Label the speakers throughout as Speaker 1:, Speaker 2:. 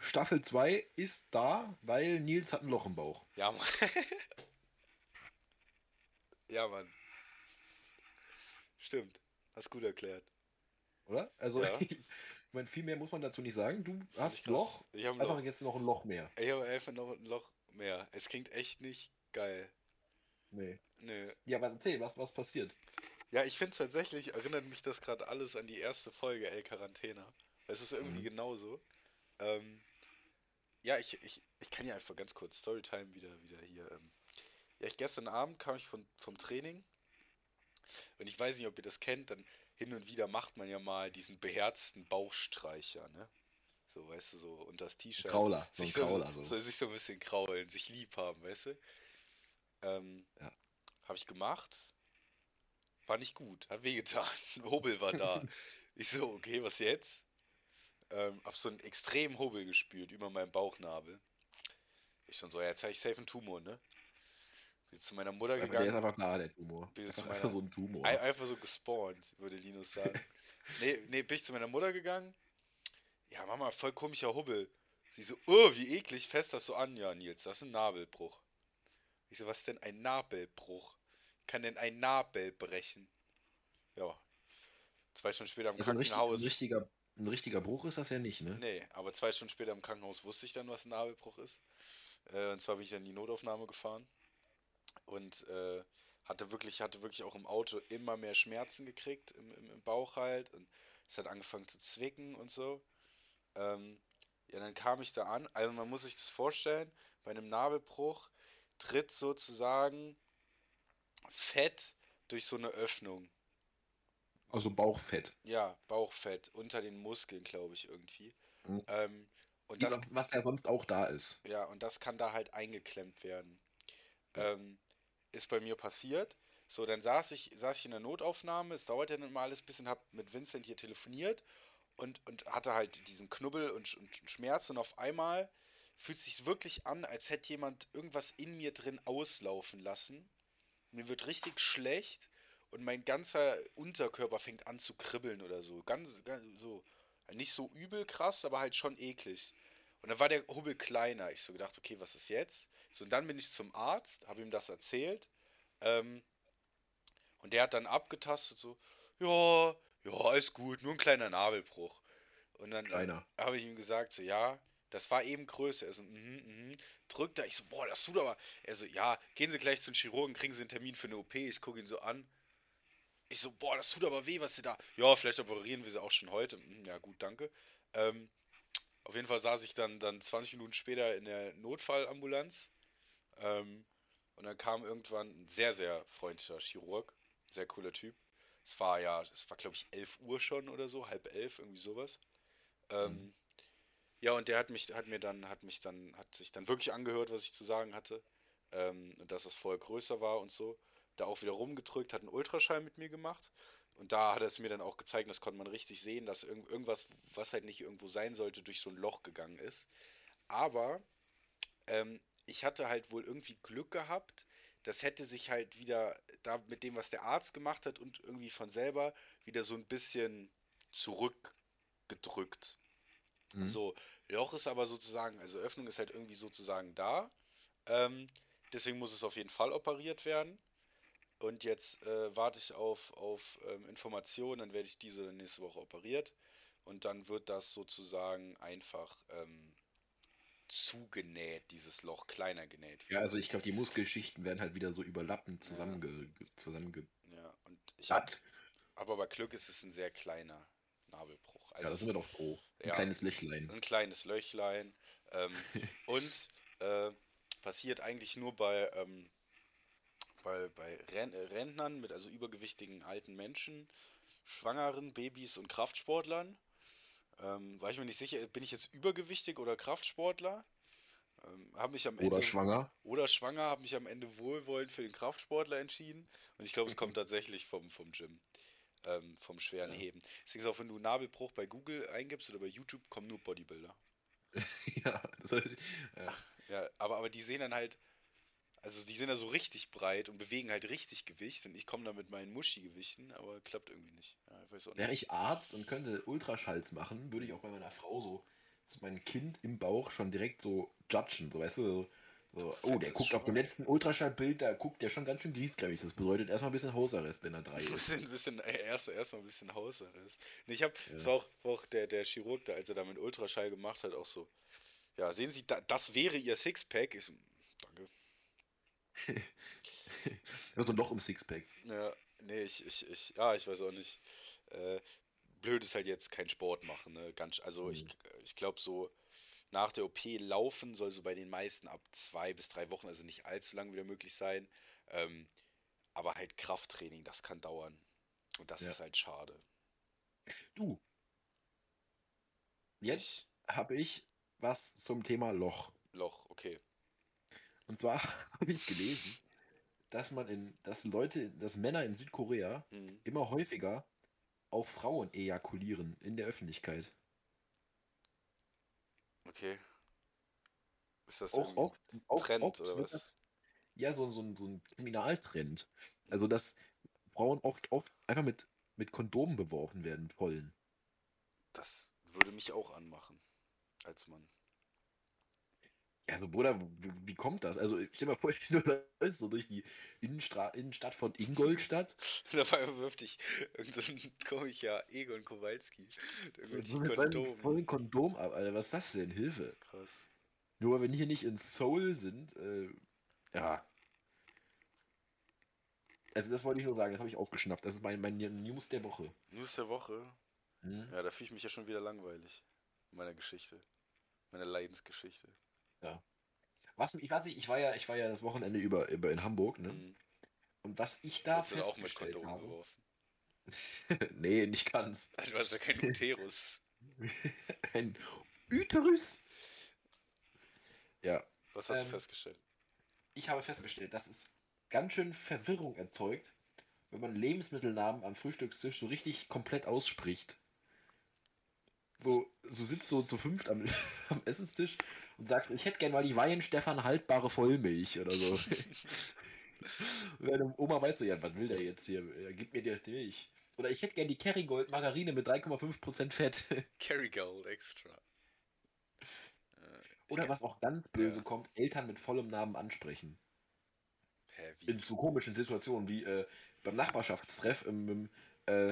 Speaker 1: Staffel 2 ist da, weil Nils hat ein Loch im Bauch.
Speaker 2: Ja, Mann. Ja, Mann. Stimmt. Hast gut erklärt.
Speaker 1: Oder? Also,
Speaker 2: Ja,
Speaker 1: ich meine, viel mehr muss man dazu nicht sagen. Du
Speaker 2: finde ich
Speaker 1: hast
Speaker 2: krass.
Speaker 1: Loch,
Speaker 2: Ich habe ein
Speaker 1: einfach
Speaker 2: Loch.
Speaker 1: jetzt noch ein Loch mehr.
Speaker 2: Ich habe einfach noch ein Loch mehr. Es klingt echt nicht geil.
Speaker 1: Nee.
Speaker 2: Nö.
Speaker 1: Ja, was erzähl, was passiert?
Speaker 2: Ja, ich finde tatsächlich, erinnert mich das gerade alles an die erste Folge El Quarantena. Es ist irgendwie
Speaker 1: Mhm.
Speaker 2: genauso. Ähm, ja, ich kann ja einfach ganz kurz Storytime wieder hier. Ja, gestern Abend kam ich vom Training und ich weiß nicht, ob ihr das kennt, dann hin und wieder macht man ja mal diesen beherzten Bauchstreicher, ne? So, weißt du, so unter das
Speaker 1: Ein
Speaker 2: T-Shirt,
Speaker 1: Krauler, so ein Krauler, so.
Speaker 2: sich so ein bisschen kraulen, sich lieb haben, weißt du? Ähm,
Speaker 1: Ja.
Speaker 2: habe ich gemacht, war nicht gut, hat wehgetan, Hubbel war da. Ich so, okay, was jetzt? Hab so einen extremen Hubbel gespürt über meinem Bauchnabel. Ich schon so, ja, jetzt habe ich safe einen Tumor, ne? Bin zu meiner Mutter
Speaker 1: Einfach, der ist
Speaker 2: gegangen,
Speaker 1: einfach da, der Tumor.
Speaker 2: bin zu
Speaker 1: Einfach
Speaker 2: meiner,
Speaker 1: so ein Tumor.
Speaker 2: einfach so gespawnt, würde Linus sagen. Nee, bin ich zu meiner Mutter gegangen. Ja, Mama, voll komischer Hubbel. Sie so, oh, wie eklig, fest das so an. Ja, Nils, das ist ein Nabelbruch. Ich so, was ist denn ein Nabelbruch? Kann denn ein Nabel brechen? Ja, 2 Stunden später im
Speaker 1: Also
Speaker 2: Krankenhaus.
Speaker 1: ein richtiger Bruch ist das ja nicht, ne?
Speaker 2: Nee, aber 2 Stunden später im Krankenhaus wusste ich dann, was ein Nabelbruch ist. Und zwar bin ich dann in die Notaufnahme gefahren und hatte wirklich auch im Auto immer mehr Schmerzen gekriegt, im Bauch halt. Und es hat angefangen zu zwicken und so. Ähm, ja, dann kam ich da an. Also man muss sich das vorstellen, bei einem Nabelbruch tritt sozusagen Fett durch so eine Öffnung.
Speaker 1: Also Bauchfett.
Speaker 2: Ja, Bauchfett unter den Muskeln, glaube ich, irgendwie.
Speaker 1: Mhm.
Speaker 2: Ähm, und
Speaker 1: Die,
Speaker 2: das,
Speaker 1: was ja sonst auch da ist.
Speaker 2: ja, und das kann da halt eingeklemmt werden.
Speaker 1: Ja.
Speaker 2: Ähm, ist bei mir passiert. So, dann saß ich in der Notaufnahme. Es dauert ja dann mal alles ein bisschen, hab mit Vincent hier telefoniert und hatte halt diesen Knubbel und Schmerz und auf einmal fühlt es sich wirklich an, als hätte jemand irgendwas in mir drin auslaufen lassen. Mir wird richtig schlecht und mein ganzer Unterkörper fängt an zu kribbeln oder so. Ganz so. Nicht so übel krass, aber halt schon eklig. Und dann war der Hubbel kleiner. Ich so gedacht, okay, was ist jetzt? So, und dann bin ich zum Arzt, habe ihm das erzählt. Ähm, und der hat dann abgetastet, so, ja, ja, alles gut, nur ein kleiner Nabelbruch. Und dann
Speaker 1: Kleiner.
Speaker 2: habe ich ihm gesagt, so, ja, das war eben größer. Er so, drückt da. Ich so, boah, das tut aber. Er so, ja, gehen Sie gleich zum Chirurgen, kriegen Sie einen Termin für eine OP. Ich gucke ihn so an. Ich so, boah, das tut aber weh, was Sie da. Ja, vielleicht operieren wir sie auch schon heute. Ja, gut, danke. Ähm, auf jeden Fall saß ich dann 20 Minuten später in der Notfallambulanz. Ähm, und dann kam irgendwann ein sehr, sehr freundlicher Chirurg. Sehr cooler Typ. Es war glaube ich 11 Uhr schon oder so, halb 11, irgendwie sowas.
Speaker 1: Mhm.
Speaker 2: Ähm, ja, und der hat sich dann wirklich angehört, was ich zu sagen hatte. Und dass es vorher größer war und so. Da auch wieder rumgedrückt, hat einen Ultraschall mit mir gemacht. Und da hat er es mir dann auch gezeigt, das konnte man richtig sehen, dass irgendwas, was halt nicht irgendwo sein sollte, durch so ein Loch gegangen ist. Aber ich hatte halt wohl irgendwie Glück gehabt. Das hätte sich halt wieder da mit dem, was der Arzt gemacht hat und irgendwie von selber wieder so ein bisschen zurückgedrückt.
Speaker 1: Mhm.
Speaker 2: So, Loch ist aber sozusagen, also Öffnung ist halt irgendwie sozusagen da. Ähm, deswegen muss es auf jeden Fall operiert werden. Und jetzt warte ich auf Informationen, dann werde ich diese nächste Woche operiert. Und dann wird das sozusagen einfach zugenäht, dieses Loch kleiner genäht
Speaker 1: Ja,
Speaker 2: wieder.
Speaker 1: also ich glaube, die Muskelschichten werden halt wieder so überlappend
Speaker 2: Ja,
Speaker 1: zusammengebatt.
Speaker 2: ja. Und ich habe aber Glück, ist es ein sehr kleiner Nabelbruch.
Speaker 1: Ja,
Speaker 2: Also
Speaker 1: das sind
Speaker 2: es,
Speaker 1: wir doch froh. Ein
Speaker 2: ja,
Speaker 1: kleines Löchlein.
Speaker 2: ein kleines Löchlein. Und äh, passiert eigentlich nur bei Rentnern mit also übergewichtigen alten Menschen, Schwangeren, Babys und Kraftsportlern. War ich mir nicht sicher, bin ich jetzt übergewichtig oder Kraftsportler? Habe mich am
Speaker 1: Oder
Speaker 2: Ende
Speaker 1: schwanger.
Speaker 2: oder schwanger, habe mich am Ende wohlwollend für den Kraftsportler entschieden. Und ich glaube, es kommt tatsächlich vom Gym, vom schweren
Speaker 1: Ja.
Speaker 2: Heben. Deswegen ist auch, wenn du Nabelbruch bei Google eingibst oder bei YouTube, kommen nur Bodybuilder.
Speaker 1: Ja, das heißt, ja.
Speaker 2: Ja, aber die sehen dann halt, also die sind da so richtig breit und bewegen halt richtig Gewicht und ich komme da mit meinen Muschi-Gewichten, aber klappt irgendwie nicht. Ja, ich weiß auch
Speaker 1: Wäre
Speaker 2: nicht.
Speaker 1: ich Arzt und könnte Ultraschalls machen, würde ich
Speaker 2: Hm.
Speaker 1: auch bei meiner Frau so mein Kind im Bauch schon direkt so judgen, so weißt du, oh, der
Speaker 2: Fettes
Speaker 1: guckt auf dem
Speaker 2: Schwein.
Speaker 1: letzten Ultraschallbild, da guckt der schon ganz schön griesgrämig. Das bedeutet erstmal ein bisschen Hausarrest, wenn er 3 ist.
Speaker 2: Erstmal ein bisschen Hausarrest. Nee, es
Speaker 1: Ja.
Speaker 2: war auch der Chirurg da, als er da mit Ultraschall gemacht hat, auch so. Ja, sehen Sie, das wäre Ihr Sixpack. Ich so, danke.
Speaker 1: Ja, so ein Loch im Sixpack.
Speaker 2: Ja, nee, ich weiß auch nicht. Äh, Blöd ist halt jetzt kein Sport machen, ne? Also
Speaker 1: Hm.
Speaker 2: ich glaube so, nach der OP laufen soll so bei den meisten ab 2 bis 3 Wochen, also nicht allzu lang wieder möglich sein. Ähm, aber halt Krafttraining, das kann dauern. Und das
Speaker 1: Ja.
Speaker 2: ist halt schade.
Speaker 1: Du,
Speaker 2: Ich,
Speaker 1: jetzt habe ich was zum Thema Loch.
Speaker 2: Loch, okay.
Speaker 1: Und zwar habe ich gelesen, dass Männer in Südkorea
Speaker 2: Hm,
Speaker 1: immer häufiger auf Frauen ejakulieren in der Öffentlichkeit.
Speaker 2: okay. Ist das
Speaker 1: Auch
Speaker 2: irgendwie ein
Speaker 1: oft, auch
Speaker 2: Trend
Speaker 1: oft
Speaker 2: oder
Speaker 1: wird
Speaker 2: was?
Speaker 1: das ja so ein Kriminaltrend. Also, dass Frauen oft einfach mit Kondomen beworfen werden, mit vollen.
Speaker 2: Das würde mich auch anmachen, als Mann.
Speaker 1: Ja, so, Bruder, wie kommt das? Also, stell dir mal vor, du läufst so durch die Innenstadt von Ingolstadt
Speaker 2: Dabei wirft dich irgend so ein komischer Egon Kowalski mit
Speaker 1: so
Speaker 2: irgendwelchen
Speaker 1: mit seinem
Speaker 2: Kondomen.
Speaker 1: vollen Kondom ab, Alter. Was ist das denn? Hilfe.
Speaker 2: Krass.
Speaker 1: Nur weil wir hier nicht in Seoul sind, ja. Also, das wollte ich nur sagen, das habe ich aufgeschnappt. Das ist mein News der Woche.
Speaker 2: News der Woche.
Speaker 1: Hm?
Speaker 2: Ja, da fühle ich mich ja schon wieder langweilig. In meiner Geschichte. Meiner Leidensgeschichte.
Speaker 1: Ja. Ich weiß nicht, ich war ja das Wochenende über in Hamburg, ne?
Speaker 2: Hm.
Speaker 1: Und was ich da
Speaker 2: Wurdest du da auch mit
Speaker 1: festgestellt
Speaker 2: Kondomen
Speaker 1: habe,
Speaker 2: beworfen?
Speaker 1: nee, nicht ganz.
Speaker 2: Du hast ja keinen Uterus.
Speaker 1: Ein Uterus. Ja.
Speaker 2: Was hast du
Speaker 1: Ähm,
Speaker 2: festgestellt?
Speaker 1: Ich habe festgestellt, dass es ganz schön Verwirrung erzeugt, wenn man Lebensmittelnamen am Frühstückstisch so richtig komplett ausspricht. So sitzt so zu fünft am Essenstisch und sagst, ich hätte gern mal die Weihenstephan haltbare Vollmilch oder so. Und deine Oma weiß so, ja, was will der jetzt hier? Ja, gib mir die Milch. Oder ich hätte gern die Kerrygold Margarine mit 3,5% Fett.
Speaker 2: Kerrygold extra. Ich
Speaker 1: Oder
Speaker 2: kann.
Speaker 1: was auch ganz
Speaker 2: Ja.
Speaker 1: böse kommt, Eltern mit vollem Namen ansprechen.
Speaker 2: Hä,
Speaker 1: In
Speaker 2: wie?
Speaker 1: so komischen Situationen wie beim Nachbarschaftstreff äh,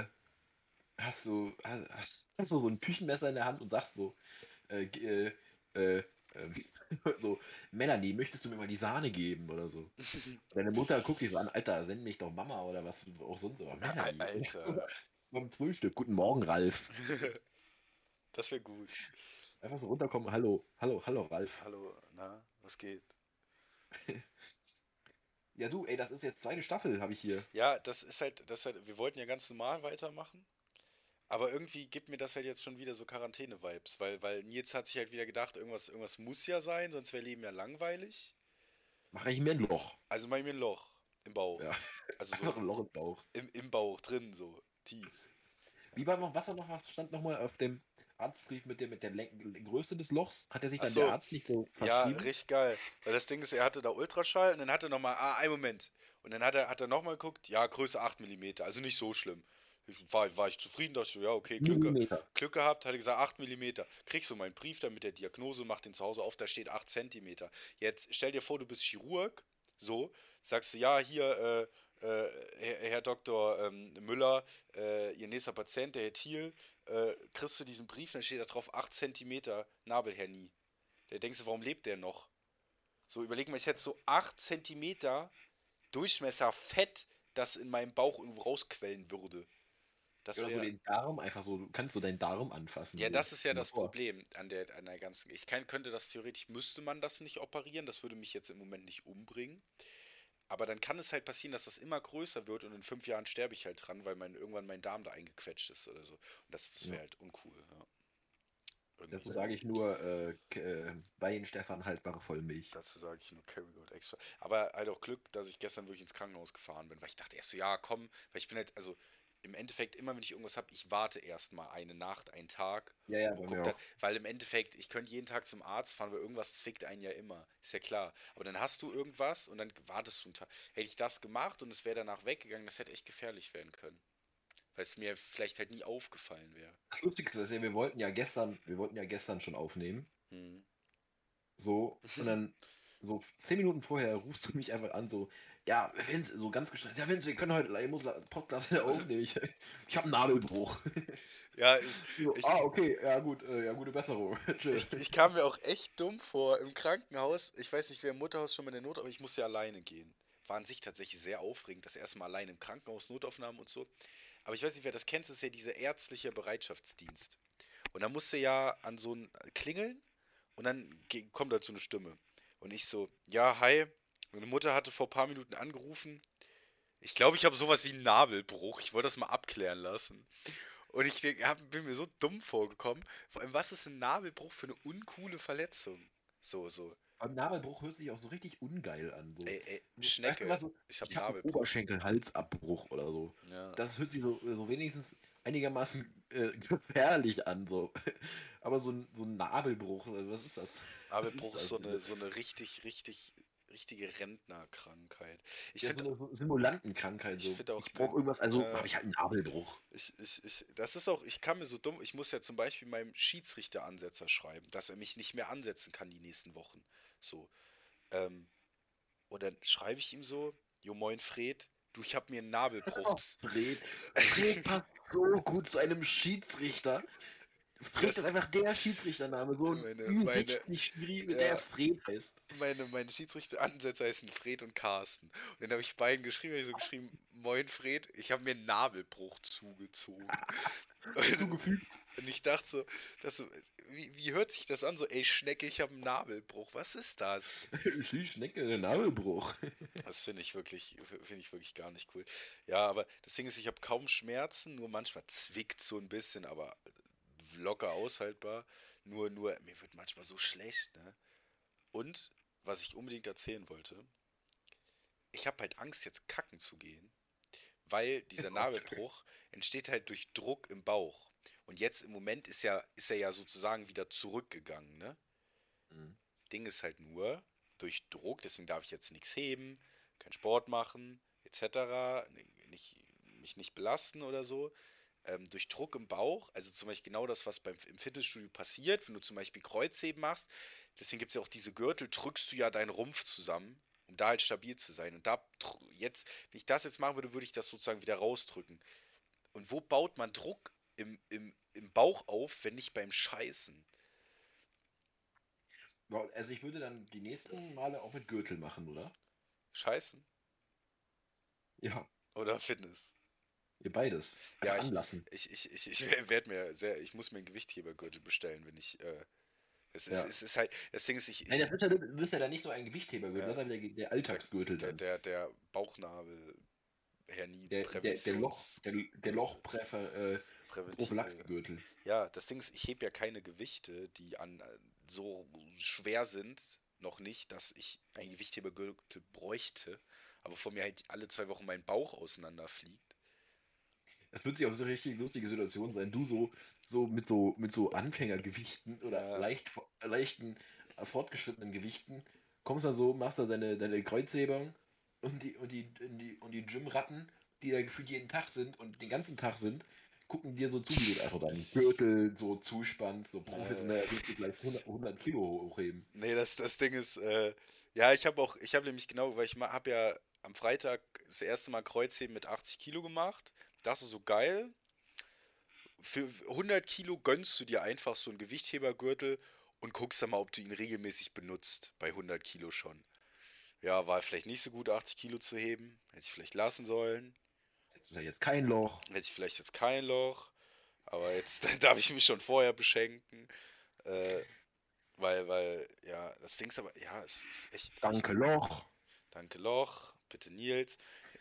Speaker 1: hast du so ein Küchenmesser in der Hand und sagst so, äh, äh, so, Melanie, möchtest du mir mal die Sahne geben oder so? Deine Mutter guckt dich so an, Alter, send mich doch Mama oder was auch sonst, aber Melanie.
Speaker 2: Alter.
Speaker 1: Beim Frühstück, guten Morgen, Ralf.
Speaker 2: Das wäre gut.
Speaker 1: Einfach so runterkommen, hallo, hallo, hallo, Ralf.
Speaker 2: Hallo, na, was geht?
Speaker 1: Ja, du, ey, das ist jetzt zweite Staffel, habe ich hier.
Speaker 2: Ja, wir wollten ja ganz normal weitermachen, aber irgendwie gibt mir das halt jetzt schon wieder so Quarantäne-Vibes, weil Nils hat sich halt wieder gedacht, irgendwas muss ja sein, sonst wäre Leben ja langweilig.
Speaker 1: Mache ich mir ein Loch.
Speaker 2: Also mach ich mir ein Loch im Bauch.
Speaker 1: Ja,
Speaker 2: Also so
Speaker 1: einfach ein Loch im Bauch.
Speaker 2: im Bauch drin, so tief.
Speaker 1: Was stand nochmal auf dem Arztbrief mit der Größe des Lochs? Hat er sich
Speaker 2: Ach
Speaker 1: dann der
Speaker 2: so,
Speaker 1: Arzt nicht so
Speaker 2: ja,
Speaker 1: verschrieben?
Speaker 2: richtig geil. Weil das Ding ist, er hatte da Ultraschall und dann hat er nochmal, einen Moment. Und dann hat er nochmal geguckt, ja, Größe 8 Millimeter, also nicht so schlimm. War ich zufrieden, dachte ich so, ja, okay,
Speaker 1: Millimeter.
Speaker 2: Glück gehabt, hat er gesagt 8 Millimeter. Kriegst du meinen Brief dann mit der Diagnose, mach den zu Hause auf, da steht 8 Zentimeter. Jetzt stell dir vor, du bist Chirurg, so, sagst du, ja, hier, Herr Dr. Müller, Ihr nächster Patient, der Herr Thiel, kriegst du diesen Brief, dann steht da drauf 8 Zentimeter Nabelhernie. Da denkst du, warum lebt der noch? So, überleg mal, ich hätte so 8 Zentimeter Durchmesser Fett, das in meinem Bauch irgendwo rausquellen würde. Das
Speaker 1: Oder so
Speaker 2: wäre.
Speaker 1: den Darm, einfach so, du kannst so deinen Darm anfassen,
Speaker 2: Ja,
Speaker 1: so.
Speaker 2: das ist ja
Speaker 1: Stell dir mal
Speaker 2: das
Speaker 1: vor.
Speaker 2: Problem an der ganzen. Könnte das theoretisch, müsste man das nicht operieren, das würde mich jetzt im Moment nicht umbringen. Aber dann kann es halt passieren, dass das immer größer wird und in 5 Jahren sterbe ich halt dran, weil irgendwann mein Darm da eingequetscht ist oder so. Und das
Speaker 1: Ja.
Speaker 2: wäre halt uncool. Ja.
Speaker 1: Dazu
Speaker 2: Irgendwie.
Speaker 1: sage ich nur, Weihenstephan haltbare Vollmilch.
Speaker 2: Dazu sage ich nur Kerrygold extra. Aber halt auch Glück, dass ich gestern wirklich ins Krankenhaus gefahren bin, weil ich dachte erst so, ja, komm, weil ich bin halt, also im Endeffekt immer, wenn ich irgendwas habe, ich warte erstmal eine Nacht, einen Tag
Speaker 1: Ja, ja,
Speaker 2: und
Speaker 1: bei
Speaker 2: guck
Speaker 1: mir
Speaker 2: dann,
Speaker 1: auch.
Speaker 2: weil im Endeffekt, ich könnte jeden Tag zum Arzt fahren, weil irgendwas zwickt einen ja immer, ist ja klar. Aber dann hast du irgendwas und dann wartest du einen Tag. Hätte ich das gemacht und es wäre danach weggegangen, das hätte echt gefährlich werden können. weil es mir vielleicht halt nie aufgefallen wäre.
Speaker 1: Das Lustigste ist ja, wir wollten ja gestern schon aufnehmen.
Speaker 2: Hm.
Speaker 1: So, und dann so 10 Minuten vorher rufst du mich einfach an, so, ja, Vince, so ganz gestresst, ja, Vince, wir können heute, ich muss Podcast aufnehmen, ich habe einen Nabelbruch.
Speaker 2: Ja,
Speaker 1: So,
Speaker 2: ich,
Speaker 1: okay, ja gut, ja, gute Besserung. Tschö.
Speaker 2: ich kam mir auch echt dumm vor im Krankenhaus. Ich weiß nicht, wer im Mutterhaus schon mal in der Not, aber ich musste ja alleine gehen. War an sich tatsächlich sehr aufregend, das erste Mal allein im Krankenhaus, Notaufnahmen und so. Aber ich weiß nicht, wer das kennt, das ist ja dieser ärztliche Bereitschaftsdienst. Und da musste ja an so ein Klingeln und dann kommt dazu eine Stimme. Und ich so, ja, hi. Meine Mutter hatte vor ein paar Minuten angerufen. Ich glaube, ich habe sowas wie einen Nabelbruch. Ich wollte das mal abklären lassen. Und bin mir so dumm vorgekommen. Vor allem, was ist ein Nabelbruch für eine uncoole Verletzung? So.
Speaker 1: Beim Nabelbruch hört sich auch so richtig ungeil an. So.
Speaker 2: Ey,
Speaker 1: Weißt du was,
Speaker 2: Schnecke.
Speaker 1: so,
Speaker 2: Ich habe
Speaker 1: ich
Speaker 2: einen
Speaker 1: habe einen
Speaker 2: Nabelbruch.
Speaker 1: Oberschenkel-Halsabbruch oder so.
Speaker 2: Ja.
Speaker 1: Das hört sich so wenigstens einigermaßen gefährlich an. So. Aber so ein Nabelbruch, was ist das? Was ist
Speaker 2: Nabelbruch ist
Speaker 1: das?
Speaker 2: so eine richtige Rentnerkrankheit. Ich
Speaker 1: Ja, so
Speaker 2: finde,
Speaker 1: eine Simulantenkrankheit.
Speaker 2: ich
Speaker 1: So.
Speaker 2: finde auch,
Speaker 1: Ich brauche irgendwas, also habe ich halt einen Nabelbruch.
Speaker 2: das ist auch, ich kann mir so dumm, ich muss ja zum Beispiel meinem Schiedsrichteransetzer schreiben, dass er mich nicht mehr ansetzen kann die nächsten Wochen. So. Ähm, und dann schreibe ich ihm so, Jo moin Fred, du, ich habe mir einen Nabelbruch.
Speaker 1: Oh, Fred passt so gut zu einem Schiedsrichter. Fred ist
Speaker 2: Das,
Speaker 1: einfach der Schiedsrichtername, so ein
Speaker 2: meine,
Speaker 1: Ü60 Schiri, der
Speaker 2: ja,
Speaker 1: Fred heißt.
Speaker 2: meine Schiedsrichteransätze heißen Fred und Carsten. Und dann habe ich beiden geschrieben, habe ich so geschrieben, moin Fred, ich habe mir einen Nabelbruch zugezogen. Und,
Speaker 1: Zugefügt.
Speaker 2: und ich dachte so, wie hört sich das an? So, ey Schnecke, ich habe einen Nabelbruch. Was ist das?
Speaker 1: Schnecke, Nabelbruch.
Speaker 2: Das finde ich wirklich gar nicht cool. Ja, aber das Ding ist, ich habe kaum Schmerzen, nur manchmal zwickt so ein bisschen, aber locker aushaltbar. Mir wird manchmal so schlecht, ne? Und, was ich unbedingt erzählen wollte, ich habe halt Angst, jetzt kacken zu gehen, weil dieser Nabelbruch entsteht halt durch Druck im Bauch. Und jetzt im Moment ist er ja sozusagen wieder zurückgegangen, ne?
Speaker 1: Mhm.
Speaker 2: Ding ist halt nur, durch Druck, deswegen darf ich jetzt nichts heben, keinen Sport machen, etc., mich nicht belasten oder so. Durch Druck im Bauch, also zum Beispiel genau das, was im Fitnessstudio passiert, wenn du zum Beispiel Kreuzheben machst, deswegen gibt es ja auch diese Gürtel, drückst du ja deinen Rumpf zusammen, um da halt stabil zu sein. Und wenn ich das jetzt machen würde, würde ich das sozusagen wieder rausdrücken. Und wo baut man Druck im Bauch auf, wenn nicht beim Scheißen?
Speaker 1: Ja, also ich würde dann die nächsten Male auch mit Gürtel machen, oder?
Speaker 2: Scheißen?
Speaker 1: Ja,
Speaker 2: Oder Fitness?
Speaker 1: ihr beides.
Speaker 2: Ja,
Speaker 1: Einfach anlassen.
Speaker 2: ich muss mir einen Gewichthebergürtel bestellen, wenn ich,
Speaker 1: Ja.
Speaker 2: es ist halt, das Ding ist,
Speaker 1: Nein, das ist ja dann nicht so ein Gewichthebergürtel,
Speaker 2: ja,
Speaker 1: das ist ja der Alltagsgürtel dann.
Speaker 2: der Bauchnabel, Hernie,
Speaker 1: Der
Speaker 2: Präventionsgürtel, präventive.
Speaker 1: Prophylaxegürtel.
Speaker 2: Ja, das Ding ist, ich hebe ja keine Gewichte, die so schwer sind, noch nicht, dass ich einen Gewichthebergürtel bräuchte, aber vor mir halt alle 2 Wochen mein Bauch auseinanderfliegt.
Speaker 1: Das wird sich auch so eine richtig lustige Situation sein. Du so mit so Anfängergewichten oder
Speaker 2: Ja,
Speaker 1: leichten, fortgeschrittenen Gewichten kommst dann so, machst da deine Kreuzhebung und die Gymratten, die da gefühlt jeden Tag sind und den ganzen Tag sind, gucken dir so zu, wie du einfach deinen Gürtel so zuspannst, so
Speaker 2: äh,
Speaker 1: professionell, als würdest du gleich 100 Kilo hochheben.
Speaker 2: nee, das Ding ist, ja, ich habe nämlich genau, weil habe ja am Freitag das erste Mal Kreuzheben mit 80 Kilo gemacht. Dachte so, geil. Für 100 Kilo gönnst du dir einfach so einen Gewichthebergürtel und guckst dann mal, ob du ihn regelmäßig benutzt. Bei 100 Kilo schon. Ja, war vielleicht nicht so gut, 80 Kilo zu heben. Hätte ich vielleicht lassen sollen.
Speaker 1: Jetzt kein Loch.
Speaker 2: Hätte ich vielleicht jetzt kein Loch. Aber jetzt darf ich mich schon vorher beschenken. Äh, ja, das Ding ist aber, ja, es ist
Speaker 1: Danke,
Speaker 2: echt.
Speaker 1: Loch.
Speaker 2: Danke, Loch. Bitte, Nils.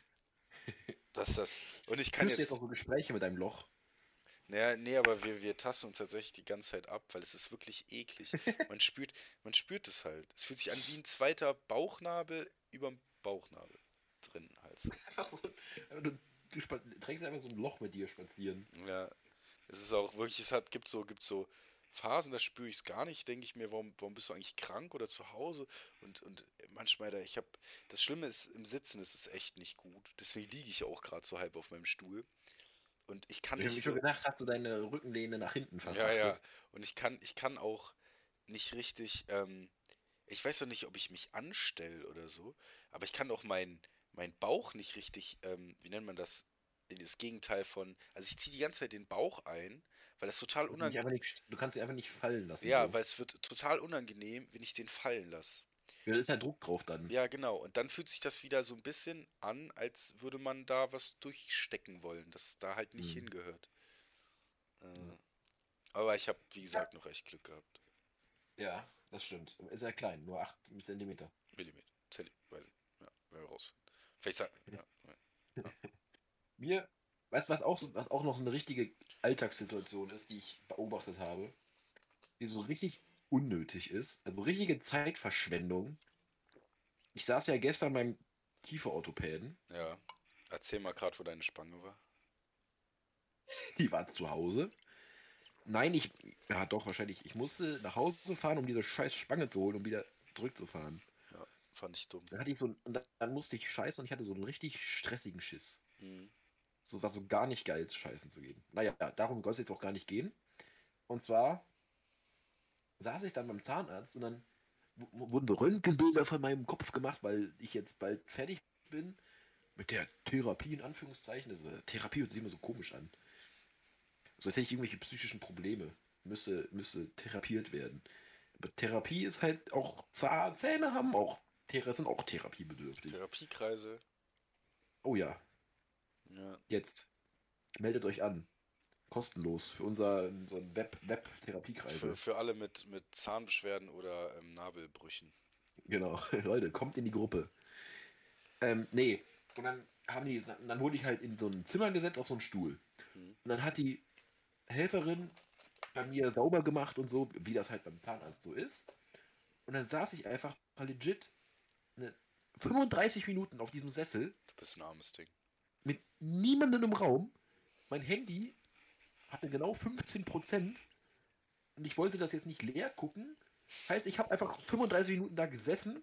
Speaker 2: Und ich kann
Speaker 1: Führst du jetzt auch
Speaker 2: jetzt.
Speaker 1: so Gespräche mit deinem Loch?
Speaker 2: Naja, nee, aber wir tasten uns tatsächlich die ganze Zeit ab, weil es ist wirklich eklig. Man spürt, man spürt es halt. Es fühlt sich an wie ein zweiter Bauchnabel überm Bauchnabel drin halt so.
Speaker 1: Einfach so. Du trägst einfach so ein Loch mit dir spazieren.
Speaker 2: Ja, es ist auch wirklich, gibt so Phasen, da spüre ich es gar nicht, denke ich mir, warum bist du eigentlich krank oder zu Hause? Und manchmal, das Schlimme ist, im Sitzen ist es echt nicht gut. Deswegen liege ich auch gerade so halb auf meinem Stuhl. Und ich kann
Speaker 1: Ich habe
Speaker 2: nicht
Speaker 1: mir schon
Speaker 2: so.
Speaker 1: gedacht, hast du deine Rückenlehne nach hinten
Speaker 2: Ja, ja.
Speaker 1: verfrachtet.
Speaker 2: Und ich kann auch nicht richtig, ich weiß noch nicht, ob ich mich anstelle oder so, aber ich kann auch mein Bauch nicht richtig, wie nennt man das? In das Gegenteil von, also ich ziehe die ganze Zeit den Bauch ein, weil das total unangenehm,
Speaker 1: Du kannst sie einfach nicht fallen lassen,
Speaker 2: ja,
Speaker 1: so.
Speaker 2: weil es wird total unangenehm, wenn ich den fallen lasse.
Speaker 1: Ja, da ist ja Druck drauf dann.
Speaker 2: Ja, genau. Und dann fühlt sich das wieder so ein bisschen an, als würde man da was durchstecken wollen, das da halt nicht
Speaker 1: Hm.
Speaker 2: hingehört.
Speaker 1: Ja.
Speaker 2: Äh, aber ich habe, wie
Speaker 1: Ja.
Speaker 2: gesagt, noch echt Glück gehabt.
Speaker 1: Ja, das stimmt. Ist ja klein, nur 8 Zentimeter.
Speaker 2: Millimeter. Weiß ich. Ja, werden wir rausfinden. Vielleicht sagen. Ja, ja, ja.
Speaker 1: Mir, weißt du, was auch noch so eine richtige Alltagssituation ist, die ich beobachtet habe, die so richtig unnötig ist, also richtige Zeitverschwendung. Ich saß ja gestern beim Kieferorthopäden,
Speaker 2: Ja. Erzähl mal gerade, wo deine Spange war.
Speaker 1: die war zu Hause. Nein, ja doch, wahrscheinlich, ich musste nach Hause fahren, um diese scheiß Spange zu holen, um wieder zurückzufahren.
Speaker 2: Ja, fand ich dumm.
Speaker 1: Dann hatte ich und dann musste ich scheißen und ich hatte so einen richtig stressigen Schiss.
Speaker 2: Hm.
Speaker 1: So war so gar nicht geil, scheißen zu gehen. Naja, darum soll es jetzt auch gar nicht gehen. Und zwar saß ich dann beim Zahnarzt und dann wurden so Röntgenbilder von meinem Kopf gemacht, weil ich jetzt bald fertig bin mit der Therapie, in Anführungszeichen. Therapie hört sich immer so komisch an. So als hätte ich irgendwelche psychischen Probleme. Müsse therapiert werden. Aber Therapie ist halt auch Zähne haben auch, sind auch therapiebedürftig.
Speaker 2: Therapiekreise.
Speaker 1: Oh ja,
Speaker 2: Ja.
Speaker 1: jetzt meldet euch an. Kostenlos für so ein Web-Therapiekreise.
Speaker 2: Für alle mit Zahnbeschwerden oder Nabelbrüchen.
Speaker 1: Genau. Leute, kommt in die Gruppe. Nee. Und dann wurde ich halt in so ein Zimmer gesetzt auf so einen Stuhl.
Speaker 2: Hm.
Speaker 1: Und dann hat die Helferin bei mir sauber gemacht und so, wie das halt beim Zahnarzt so ist. Und dann saß ich einfach legit eine 35 Minuten auf diesem Sessel
Speaker 2: Du bist ein armes Ding.
Speaker 1: mit niemandem im Raum. Mein Handy hatte genau 15% und ich wollte das jetzt nicht leer gucken. Heißt, ich habe einfach 35 Minuten da gesessen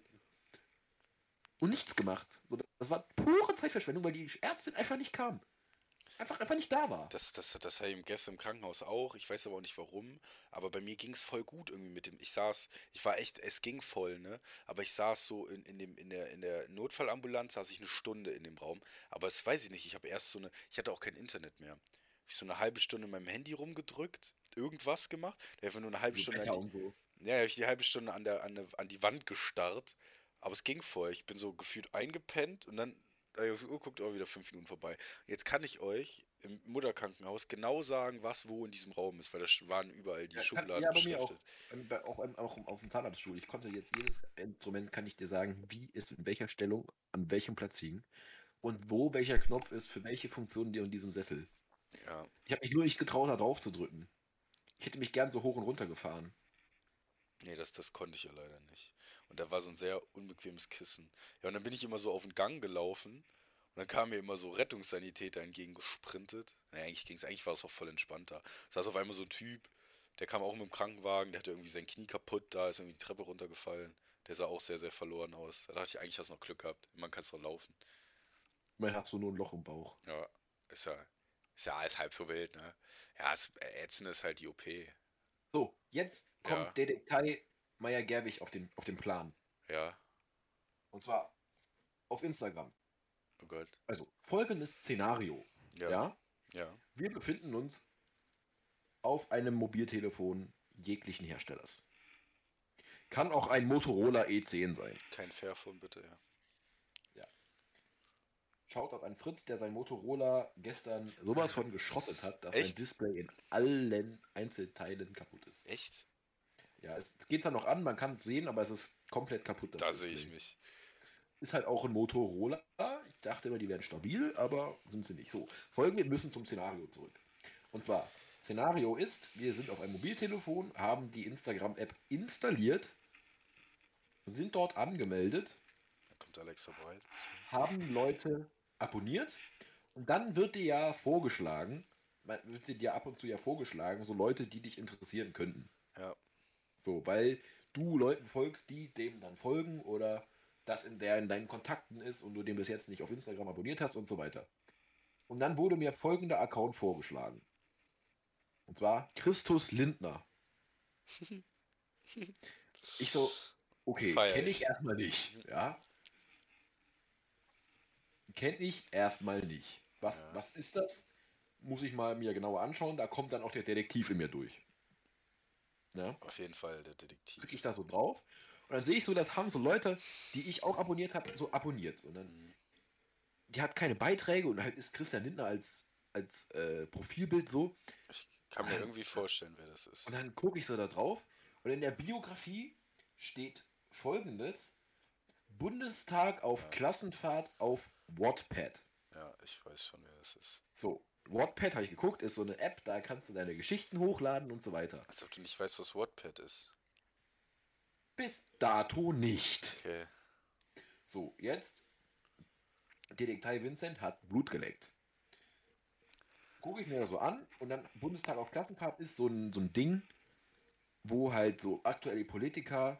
Speaker 1: und nichts gemacht. So, das war pure Zeitverschwendung, weil die Ärztin einfach nicht kam. Einfach nicht da war.
Speaker 2: Das hatte ich gestern im Krankenhaus auch. Ich weiß aber auch nicht warum. Aber bei mir ging es voll gut irgendwie mit dem. Ich war echt, es ging voll, ne? Aber ich saß so in der Notfallambulanz, saß ich eine Stunde in dem Raum. Aber das weiß ich nicht. Ich hatte auch kein Internet mehr. Hab ich so eine halbe Stunde in meinem Handy rumgedrückt, irgendwas gemacht. Da einfach nur eine halbe
Speaker 1: So
Speaker 2: Stunde
Speaker 1: Becher und so.
Speaker 2: ja, hab ich die halbe Stunde an die Wand gestarrt. Aber es ging voll. Ich bin so gefühlt eingepennt und dann, auf die Uhr guckt auch wieder 5 Minuten vorbei. Jetzt kann ich euch im Mutterkrankenhaus genau sagen, was wo in diesem Raum ist, weil da waren überall die Schubladen
Speaker 1: Ja, bei mir auch.
Speaker 2: beschriftet.
Speaker 1: Auch auf dem Zahnarztstuhl. Ich konnte jetzt jedes Instrument, kann ich dir sagen, wie ist in welcher Stellung, an welchem Platz liegen und wo welcher Knopf ist für welche Funktion in diesem Sessel.
Speaker 2: Ja,
Speaker 1: Ich habe mich nur nicht getraut, da drauf zu drücken. Ich hätte mich gern so hoch und runter gefahren.
Speaker 2: nee, das konnte ich ja leider nicht. Und da war so ein sehr unbequemes Kissen. Ja, und dann bin ich immer so auf den Gang gelaufen und dann kamen mir immer so Rettungssanitäter entgegengesprintet. Naja, eigentlich war es auch voll entspannter. Da saß auf einmal so ein Typ, der kam auch mit dem Krankenwagen, der hatte irgendwie sein Knie kaputt, da ist irgendwie die Treppe runtergefallen. Der sah auch sehr, sehr verloren aus. Da dachte ich, eigentlich hast du noch Glück gehabt. Man kann es doch laufen.
Speaker 1: Man hat so nur ein Loch im Bauch.
Speaker 2: Ja, ist ja, ist ja alles halb so wild, ne? Ja, ätzend ist halt die OP.
Speaker 1: So, jetzt
Speaker 2: Ja,
Speaker 1: kommt Detektei Meyer-Gerwig auf den Plan.
Speaker 2: ja,
Speaker 1: Und zwar auf Instagram.
Speaker 2: oh Gott.
Speaker 1: Also, folgendes Szenario.
Speaker 2: Ja,
Speaker 1: Ja,
Speaker 2: ja,
Speaker 1: wir befinden uns auf einem Mobiltelefon jeglichen Herstellers. Kann auch ein Motorola E10 sein.
Speaker 2: kein Fairphone bitte, ja.
Speaker 1: Ja. Shoutout an Fritz, der sein Motorola gestern sowas von geschrottet hat, dass sein
Speaker 2: Echt?
Speaker 1: Display in allen Einzelteilen kaputt ist.
Speaker 2: Echt?
Speaker 1: Ja, es geht zwar noch an, man kann es sehen, aber es ist komplett kaputt, das
Speaker 2: Da sehe ich
Speaker 1: Display.
Speaker 2: mich.
Speaker 1: Ist halt auch ein Motorola. Ich dachte immer, die wären stabil, aber sind sie nicht. So, wir müssen zum Szenario zurück. Und zwar, Szenario ist, wir sind auf einem Mobiltelefon, haben die Instagram-App installiert, sind dort angemeldet,
Speaker 2: Da kommt Alexa Breit.
Speaker 1: haben Leute abonniert und dann wird dir ja vorgeschlagen, wird dir ab und zu ja vorgeschlagen, so Leute, die dich interessieren könnten.
Speaker 2: Ja,
Speaker 1: So, weil du Leuten folgst, die dem dann folgen oder der in deinen Kontakten ist und du den bis jetzt nicht auf Instagram abonniert hast und so weiter. Und dann wurde mir folgender Account vorgeschlagen. Und zwar Christus Lindner. Ich so, okay,
Speaker 2: Feier
Speaker 1: kenne ich
Speaker 2: ich.
Speaker 1: erstmal nicht. Ja, kenne ich erstmal nicht.
Speaker 2: Ja,
Speaker 1: Was ist das? Muss ich mal mir genauer anschauen. Da kommt dann auch der Detektiv in mir durch. Ja,
Speaker 2: auf jeden Fall der
Speaker 1: klicke ich
Speaker 2: Detektiv.
Speaker 1: da so drauf. Und dann sehe ich so, das haben so Leute, die ich auch abonniert habe, so abonniert. Und dann,
Speaker 2: Mhm.
Speaker 1: die hat keine Beiträge und halt ist Christian Lindner als Profilbild so.
Speaker 2: Ich kann mir irgendwie vorstellen, wer das
Speaker 1: Und
Speaker 2: ist.
Speaker 1: dann gucke ich so da drauf und in der Biografie steht folgendes: Bundestag auf
Speaker 2: Ja,
Speaker 1: Klassenfahrt auf Wattpad.
Speaker 2: ja, ich weiß schon, wer das ist.
Speaker 1: So, Wattpad habe ich geguckt, ist so eine App, da kannst du deine Geschichten hochladen und so weiter.
Speaker 2: Als ob du nicht weißt, was Wattpad ist.
Speaker 1: Bis dato nicht.
Speaker 2: Okay.
Speaker 1: So, jetzt, Detektiv Vincent hat Blut geleckt. Gucke ich mir das so an und dann Bundestag auf Klassenfahrt ist so ein Ding, wo halt so aktuelle Politiker,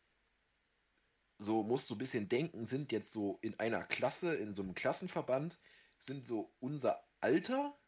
Speaker 1: so musst du ein bisschen denken, sind jetzt so in einer Klasse, in so einem Klassenverband, sind so unser Alter,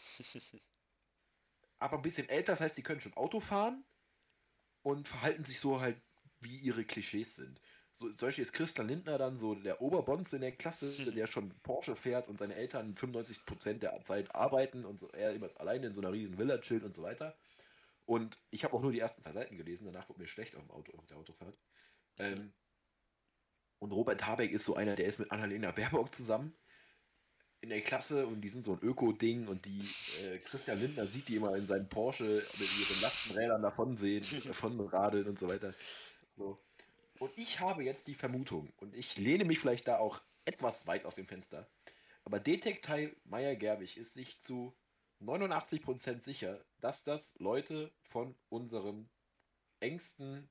Speaker 1: aber ein bisschen älter, das heißt, die können schon Auto fahren und verhalten sich so halt, wie ihre Klischees sind. So, zum Beispiel ist Christian Lindner dann so der Oberbonz in der Klasse, der schon Porsche fährt und seine Eltern 95% der Zeit arbeiten und so, er immer alleine in so einer riesen Villa chillt und so weiter. Und ich habe auch nur die ersten 2 Seiten gelesen, danach wurde mir schlecht auf dem Auto, auf der Autofahrt. Ähm, und Robert Habeck ist so einer, der ist mit Annalena Baerbock zusammen in der Klasse und die sind so ein Öko-Ding und die Christian Lindner sieht die immer in seinem Porsche mit ihren Lastenrädern davon radeln und so weiter. So. Und ich habe jetzt die Vermutung, und ich lehne mich vielleicht da auch etwas weit aus dem Fenster, aber Detektiv Meyer-Gerbig ist sich zu 89% sicher, dass das Leute von unserem engsten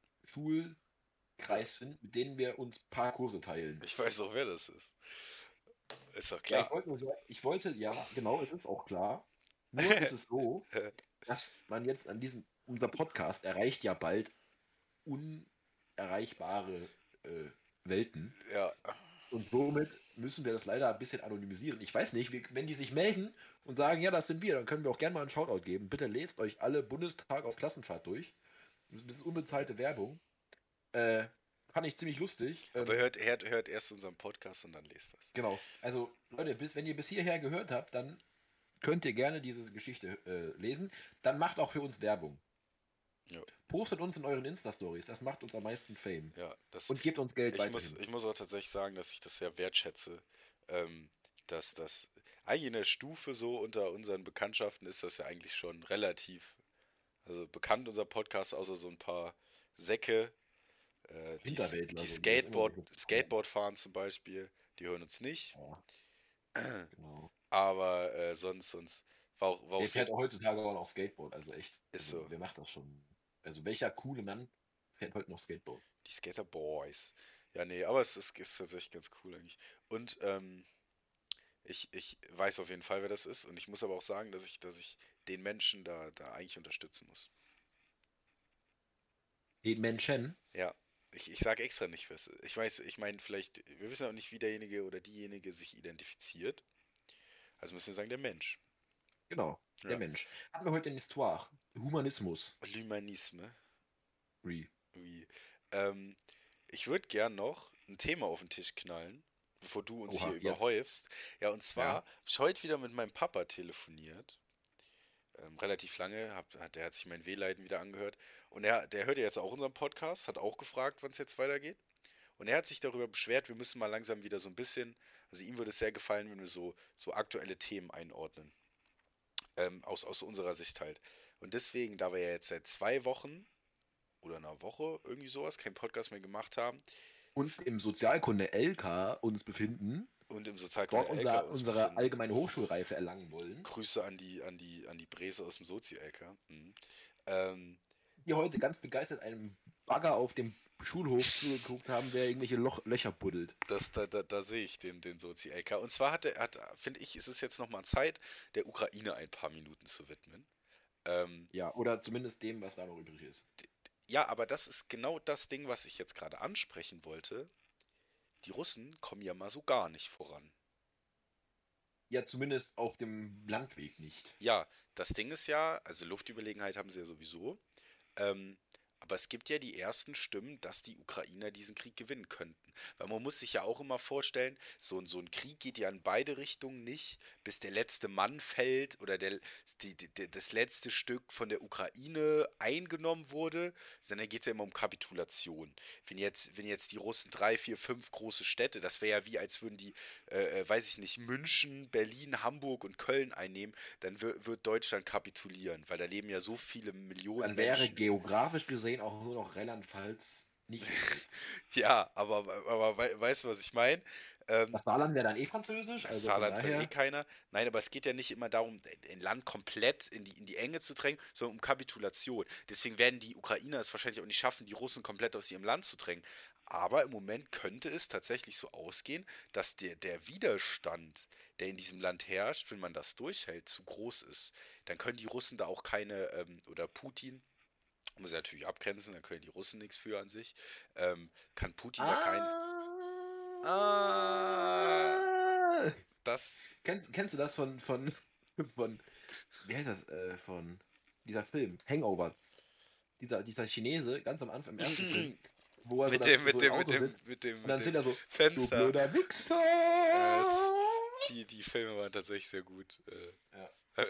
Speaker 2: Ja,
Speaker 1: Schulkreis sind, mit denen wir uns ein paar Kurse teilen.
Speaker 2: ich weiß auch, wer das ist. Ist doch
Speaker 1: Ja,
Speaker 2: klar.
Speaker 1: ja, genau, es ist auch klar. Nur ist es so, dass man jetzt unser Podcast erreicht ja bald unerreichbare Welten.
Speaker 2: Ja,
Speaker 1: Und somit müssen wir das leider ein bisschen anonymisieren. Ich weiß nicht, wenn die sich melden und sagen, ja, das sind wir, dann können wir auch gerne mal einen Shoutout geben. Bitte lest euch alle Bundestag auf Klassenfahrt durch. Das ist unbezahlte Werbung. Äh, Fand ich ziemlich lustig.
Speaker 2: aber hört erst unseren Podcast und dann lest das.
Speaker 1: Genau. Also, Leute, wenn ihr bis hierher gehört habt, dann könnt ihr gerne diese Geschichte lesen. Dann macht auch für uns Werbung.
Speaker 2: Ja,
Speaker 1: Postet uns in euren Insta-Stories. Das macht uns am meisten Fame.
Speaker 2: ja, das.
Speaker 1: Und gebt uns Geld weiterhin.
Speaker 2: Ich muss auch tatsächlich sagen, dass ich das sehr wertschätze, ähm, dass das eigentlich in der Stufe so unter unseren Bekanntschaften ist das ja eigentlich schon relativ, also bekannt unser Podcast, außer so ein paar Säcke,
Speaker 1: Hinterwäldler,
Speaker 2: die
Speaker 1: so, die das immer so
Speaker 2: Skateboard fahren zum Beispiel, die hören uns nicht,
Speaker 1: ja, genau.
Speaker 2: aber sonst war auch
Speaker 1: Der
Speaker 2: sehr,
Speaker 1: fährt auch heutzutage auch noch Skateboard, also echt.
Speaker 2: ist
Speaker 1: Also,
Speaker 2: so,
Speaker 1: wer macht das schon? Also, welcher coole Mann fährt heute noch Skateboard?
Speaker 2: die Skater Boys. Ja, nee, aber ist tatsächlich ganz cool eigentlich. Und ich weiß auf jeden Fall, wer das ist. Und ich muss aber auch sagen, dass ich den Menschen da eigentlich unterstützen muss.
Speaker 1: Den Menschen?
Speaker 2: Ja, ich sage extra nicht, was. Ich weiß, ich meine, vielleicht, wir wissen auch nicht, wie derjenige oder diejenige sich identifiziert. Also müssen wir sagen, der Mensch.
Speaker 1: Genau, der
Speaker 2: Ja.
Speaker 1: Mensch. Hatten wir heute in Histoire. Humanismus.
Speaker 2: L'humanisme.
Speaker 1: Re.
Speaker 2: Wie. Ähm, ich würde gern noch ein Thema auf den Tisch knallen, bevor du uns hier
Speaker 1: Oha, jetzt.
Speaker 2: überhäufst. Ja, und zwar
Speaker 1: Ja.
Speaker 2: habe ich heute wieder mit meinem Papa telefoniert. Relativ lange, der hat sich mein Wehleiden wieder angehört. Und der hört ja jetzt auch unseren Podcast, hat auch gefragt, wann es jetzt weitergeht. Und er hat sich darüber beschwert, wir müssen mal langsam wieder so ein bisschen, also ihm würde es sehr gefallen, wenn wir so aktuelle Themen einordnen. Aus unserer Sicht halt. Und deswegen, da wir ja jetzt seit 2 Wochen oder einer Woche irgendwie sowas keinen Podcast mehr gemacht haben
Speaker 1: Und im Sozialkunde LK uns befinden,
Speaker 2: und im Sozialkunde
Speaker 1: dort
Speaker 2: LK uns
Speaker 1: unsere
Speaker 2: befinden,
Speaker 1: allgemeine Hochschulreife erlangen wollen,
Speaker 2: Grüße an die Bräse aus dem Sozi-LK. Mhm. Ähm,
Speaker 1: die heute ganz begeistert einem Bagger auf dem Schulhof zugeguckt haben, der irgendwelche Löcher buddelt.
Speaker 2: da sehe ich den Sozi-LK. Und zwar finde ich, ist es jetzt nochmal Zeit, der Ukraine ein paar Minuten zu widmen. Ähm,
Speaker 1: Ja, oder zumindest dem, was da noch übrig ist.
Speaker 2: ja, aber das ist genau das Ding, was ich jetzt gerade ansprechen wollte. Die Russen kommen ja mal so gar nicht voran.
Speaker 1: Ja, zumindest auf dem Landweg nicht.
Speaker 2: Ja, das Ding ist ja, also Luftüberlegenheit haben sie ja sowieso. Ähm, aber es gibt ja die ersten Stimmen, dass die Ukrainer diesen Krieg gewinnen könnten. Weil man muss sich ja auch immer vorstellen, so ein Krieg geht ja in beide Richtungen nicht, bis der letzte Mann fällt oder das letzte Stück von der Ukraine eingenommen wurde, sondern geht es ja immer um Kapitulation. Wenn jetzt die Russen 3, 4, 5 große Städte, das wäre ja wie, als würden die, weiß ich nicht, München, Berlin, Hamburg und Köln einnehmen, dann wird Deutschland kapitulieren, weil da leben ja so viele Millionen
Speaker 1: Dann wäre
Speaker 2: Menschen.
Speaker 1: geografisch gesehen auch nur noch Rheinland-Pfalz nicht besetzt.
Speaker 2: Ja, aber weißt du, was ich meine? Ähm,
Speaker 1: Das Saarland wäre dann eh französisch,
Speaker 2: Das
Speaker 1: also von
Speaker 2: Saarland will eh
Speaker 1: daher.
Speaker 2: keiner. Nein, aber es geht ja nicht immer darum, ein Land komplett in die Enge zu drängen, sondern um Kapitulation. Deswegen werden die Ukrainer es wahrscheinlich auch nicht schaffen, die Russen komplett aus ihrem Land zu drängen. Aber im Moment könnte es tatsächlich so ausgehen, dass der Widerstand, der in diesem Land herrscht, wenn man das durchhält, zu groß ist. Dann können die Russen da auch keine, oder Putin, muss er natürlich abgrenzen, da können die Russen nichts für an sich, kann Putin da kein. Ah,
Speaker 1: Ah!
Speaker 2: das.
Speaker 1: Kennst du das von, wie heißt das, von dieser Film, Hangover? Dieser Chinese, ganz am Anfang, im ersten Film, wo er so im Auto sitzt und dann
Speaker 2: Mit
Speaker 1: sind
Speaker 2: dem
Speaker 1: er so, du
Speaker 2: Fenster.
Speaker 1: blöder Wichser!
Speaker 2: Die Filme waren tatsächlich sehr gut.
Speaker 1: Ja.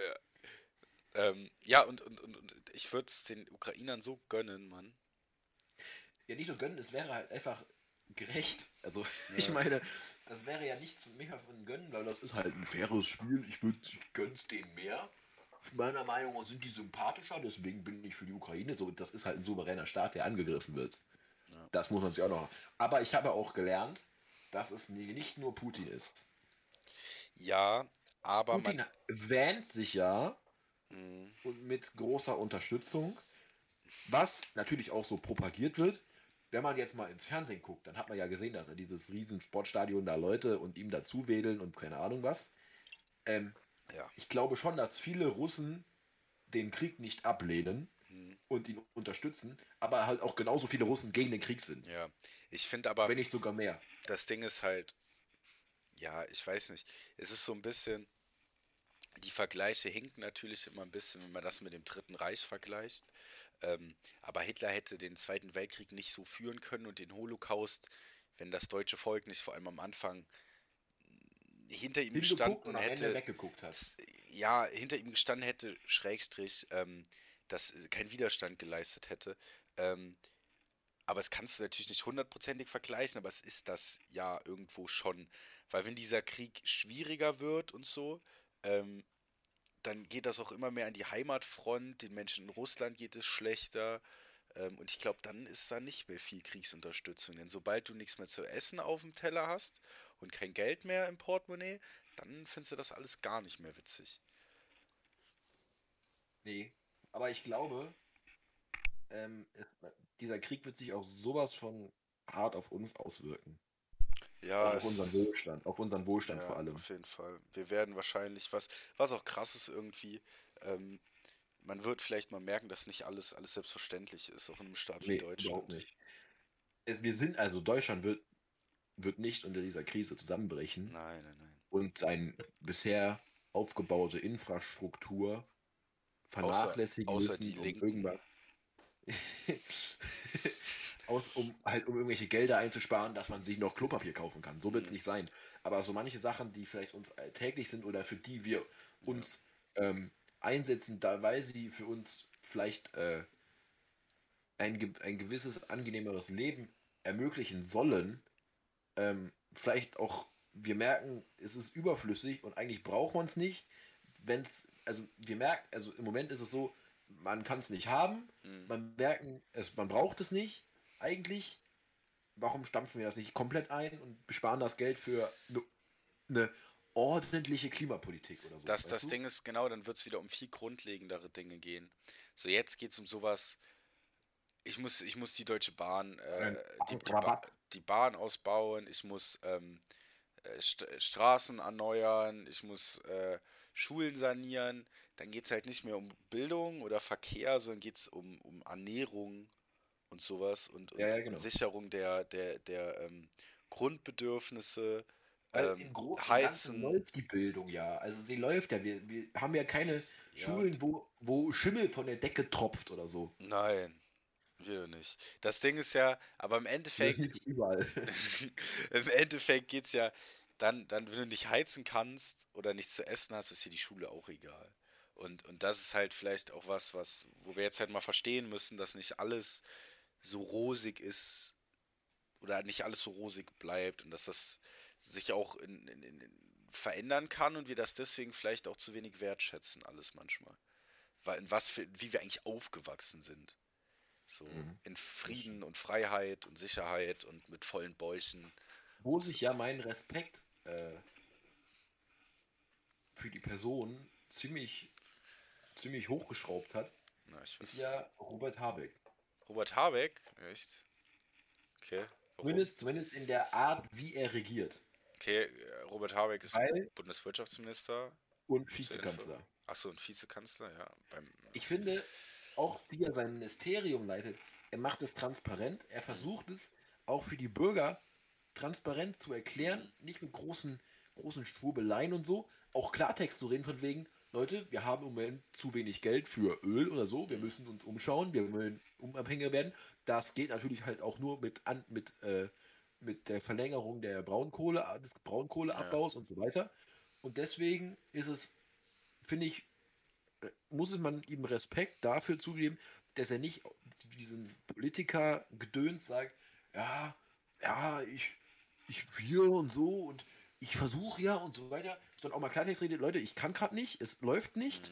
Speaker 2: Ja, und ich würde es den Ukrainern so gönnen, Mann.
Speaker 1: Ja, nicht nur gönnen, es wäre halt einfach gerecht. Also, ich
Speaker 2: Ja,
Speaker 1: meine, das wäre ja nichts mehr von gönnen, weil das ist halt ein faires Spiel. Ich gönn's denen mehr. Meiner Meinung nach sind die sympathischer, deswegen bin ich für die Ukraine. So, das ist halt ein souveräner Staat, der angegriffen wird.
Speaker 2: ja.
Speaker 1: Das muss man sich auch noch. Aber ich habe auch gelernt, dass es nicht nur Putin ist.
Speaker 2: Ja, aber man.
Speaker 1: Putin wähnt sich ja
Speaker 2: Mh,
Speaker 1: und mit großer Unterstützung, was natürlich auch so propagiert wird. Wenn man jetzt mal ins Fernsehen guckt, dann hat man ja gesehen, dass er dieses riesen Sportstadion da Leute und ihm dazu wedeln und keine Ahnung was. Ähm,
Speaker 2: ja.
Speaker 1: Ich glaube schon, dass viele Russen den Krieg nicht ablehnen
Speaker 2: Mh,
Speaker 1: und ihn unterstützen, aber halt auch genauso viele Russen gegen den Krieg sind.
Speaker 2: ja. Ich finde aber,
Speaker 1: Wenn nicht sogar mehr.
Speaker 2: das Ding ist halt, ja, ich weiß nicht. Es ist so ein bisschen. Die Vergleiche hinken natürlich immer ein bisschen, wenn man das mit dem Dritten Reich vergleicht. Aber Hitler hätte den Zweiten Weltkrieg nicht so führen können und den Holocaust, wenn das deutsche Volk nicht vor allem am Anfang hinter ihm
Speaker 1: Hingeguckt
Speaker 2: gestanden
Speaker 1: und am Ende
Speaker 2: hätte,
Speaker 1: weggeguckt hat.
Speaker 2: ja, hinter ihm gestanden hätte, Schrägstrich, dass kein Widerstand geleistet hätte. Ähm, aber das kannst du natürlich nicht hundertprozentig vergleichen, aber es ist das ja irgendwo schon. Weil wenn dieser Krieg schwieriger wird und so, ähm, dann geht das auch immer mehr an die Heimatfront, den Menschen in Russland geht es schlechter. Und ich glaube, dann ist da nicht mehr viel Kriegsunterstützung. Denn sobald du nichts mehr zu essen auf dem Teller hast und kein Geld mehr im Portemonnaie, dann findest du das alles gar nicht mehr witzig.
Speaker 1: Nee. Aber ich glaube, es, dieser Krieg wird sich auch sowas von hart auf uns auswirken. Und
Speaker 2: Ja,
Speaker 1: auf unseren
Speaker 2: es.
Speaker 1: Wohlstand. Auf unseren Wohlstand
Speaker 2: Ja,
Speaker 1: vor allem.
Speaker 2: auf jeden Fall. Wir werden wahrscheinlich was auch krass ist irgendwie. Ähm, Man wird vielleicht mal merken, dass nicht alles selbstverständlich ist, auch in einem Staat wie
Speaker 1: Nee, überhaupt
Speaker 2: Deutschland.
Speaker 1: nicht. Wir sind, also Deutschland wird nicht unter dieser Krise zusammenbrechen
Speaker 2: Nein, nein, nein.
Speaker 1: und seine bisher aufgebaute Infrastruktur vernachlässigen
Speaker 2: Außer
Speaker 1: müssen,
Speaker 2: die
Speaker 1: um
Speaker 2: Linken.
Speaker 1: irgendwas, um irgendwelche Gelder einzusparen, dass man sich noch Klopapier kaufen kann. So wird es
Speaker 2: Hm,
Speaker 1: nicht sein. Aber so manche Sachen, die vielleicht uns alltäglich sind oder für die wir
Speaker 2: ja.
Speaker 1: uns einsetzen, da weil sie für uns vielleicht ein gewisses angenehmeres Leben ermöglichen sollen, vielleicht auch wir merken, es ist überflüssig und eigentlich braucht man es nicht. Also wir merken, also im Moment ist es so, man kann es nicht haben,
Speaker 2: Hm.
Speaker 1: man braucht es nicht, eigentlich. Warum stampfen wir das nicht komplett ein und besparen das Geld für eine ordentliche Klimapolitik oder so, weißt
Speaker 2: Das
Speaker 1: du?
Speaker 2: Ding ist, genau, dann wird es wieder um viel grundlegendere Dinge gehen. So, jetzt geht es um sowas. Ich muss die Deutsche Bahn,
Speaker 1: Einen Rabatt.
Speaker 2: die Bahn ausbauen, ich muss Straßen erneuern, ich muss Schulen sanieren. Dann geht es halt nicht mehr um Bildung oder Verkehr, sondern geht es um Ernährung und sowas
Speaker 1: Ja, ja,
Speaker 2: und
Speaker 1: genau.
Speaker 2: Sicherung der Grundbedürfnisse.
Speaker 1: Weil im Großen und Ganzen
Speaker 2: Heizen,
Speaker 1: läuft die Bildung ja. Also sie läuft ja. Wir haben ja keine
Speaker 2: ja, und
Speaker 1: Schulen, wo Schimmel von der Decke tropft oder so.
Speaker 2: nein, wir nicht. Das Ding ist ja, aber im
Speaker 1: Das ist
Speaker 2: Endeffekt,
Speaker 1: nicht überall.
Speaker 2: im Endeffekt geht's ja, dann, wenn du nicht heizen kannst oder nichts zu essen hast, ist dir die Schule auch egal. Und das ist halt vielleicht auch wo wir jetzt halt mal verstehen müssen, dass nicht alles so rosig ist oder nicht alles so rosig bleibt und dass das sich auch verändern kann und wir das deswegen vielleicht auch zu wenig wertschätzen, alles manchmal. Weil wie wir eigentlich aufgewachsen sind. So
Speaker 1: Mhm.
Speaker 2: in
Speaker 1: Das stimmt.
Speaker 2: Frieden und Freiheit und Sicherheit und mit vollen Bäuchen.
Speaker 1: Wo
Speaker 2: So,
Speaker 1: sich ja mein Respekt für die Person ziemlich hochgeschraubt hat,
Speaker 2: na, ich
Speaker 1: ist
Speaker 2: weiß.
Speaker 1: ja Robert Habeck.
Speaker 2: Robert Habeck? Echt? Okay. Warum?
Speaker 1: Zumindest in der Art, wie er regiert.
Speaker 2: Okay, Robert Habeck ist
Speaker 1: Weil
Speaker 2: Bundeswirtschaftsminister
Speaker 1: und
Speaker 2: zur Info.
Speaker 1: Vizekanzler.
Speaker 2: Achso, und Vizekanzler, ja.
Speaker 1: Ich finde, auch wie er sein Ministerium leitet, er macht es transparent, er versucht es auch für die Bürger transparent zu erklären, nicht mit großen Schwurbeleien und so, auch Klartext zu reden von wegen, Leute, wir haben im Moment zu wenig Geld für Öl oder so, wir müssen uns umschauen, wir wollen unabhängiger werden. Das geht natürlich halt auch nur mit der Verlängerung des
Speaker 2: Ja,
Speaker 1: Braunkohleabbaus und so weiter. Und deswegen finde ich, muss man ihm Respekt dafür zugeben, dass er nicht diesen Politiker-Gedöns sagt, ja, ja, ich will und so und ich versuche ja und so weiter, sondern auch mal Klartext redet, Leute, ich kann gerade nicht, es läuft nicht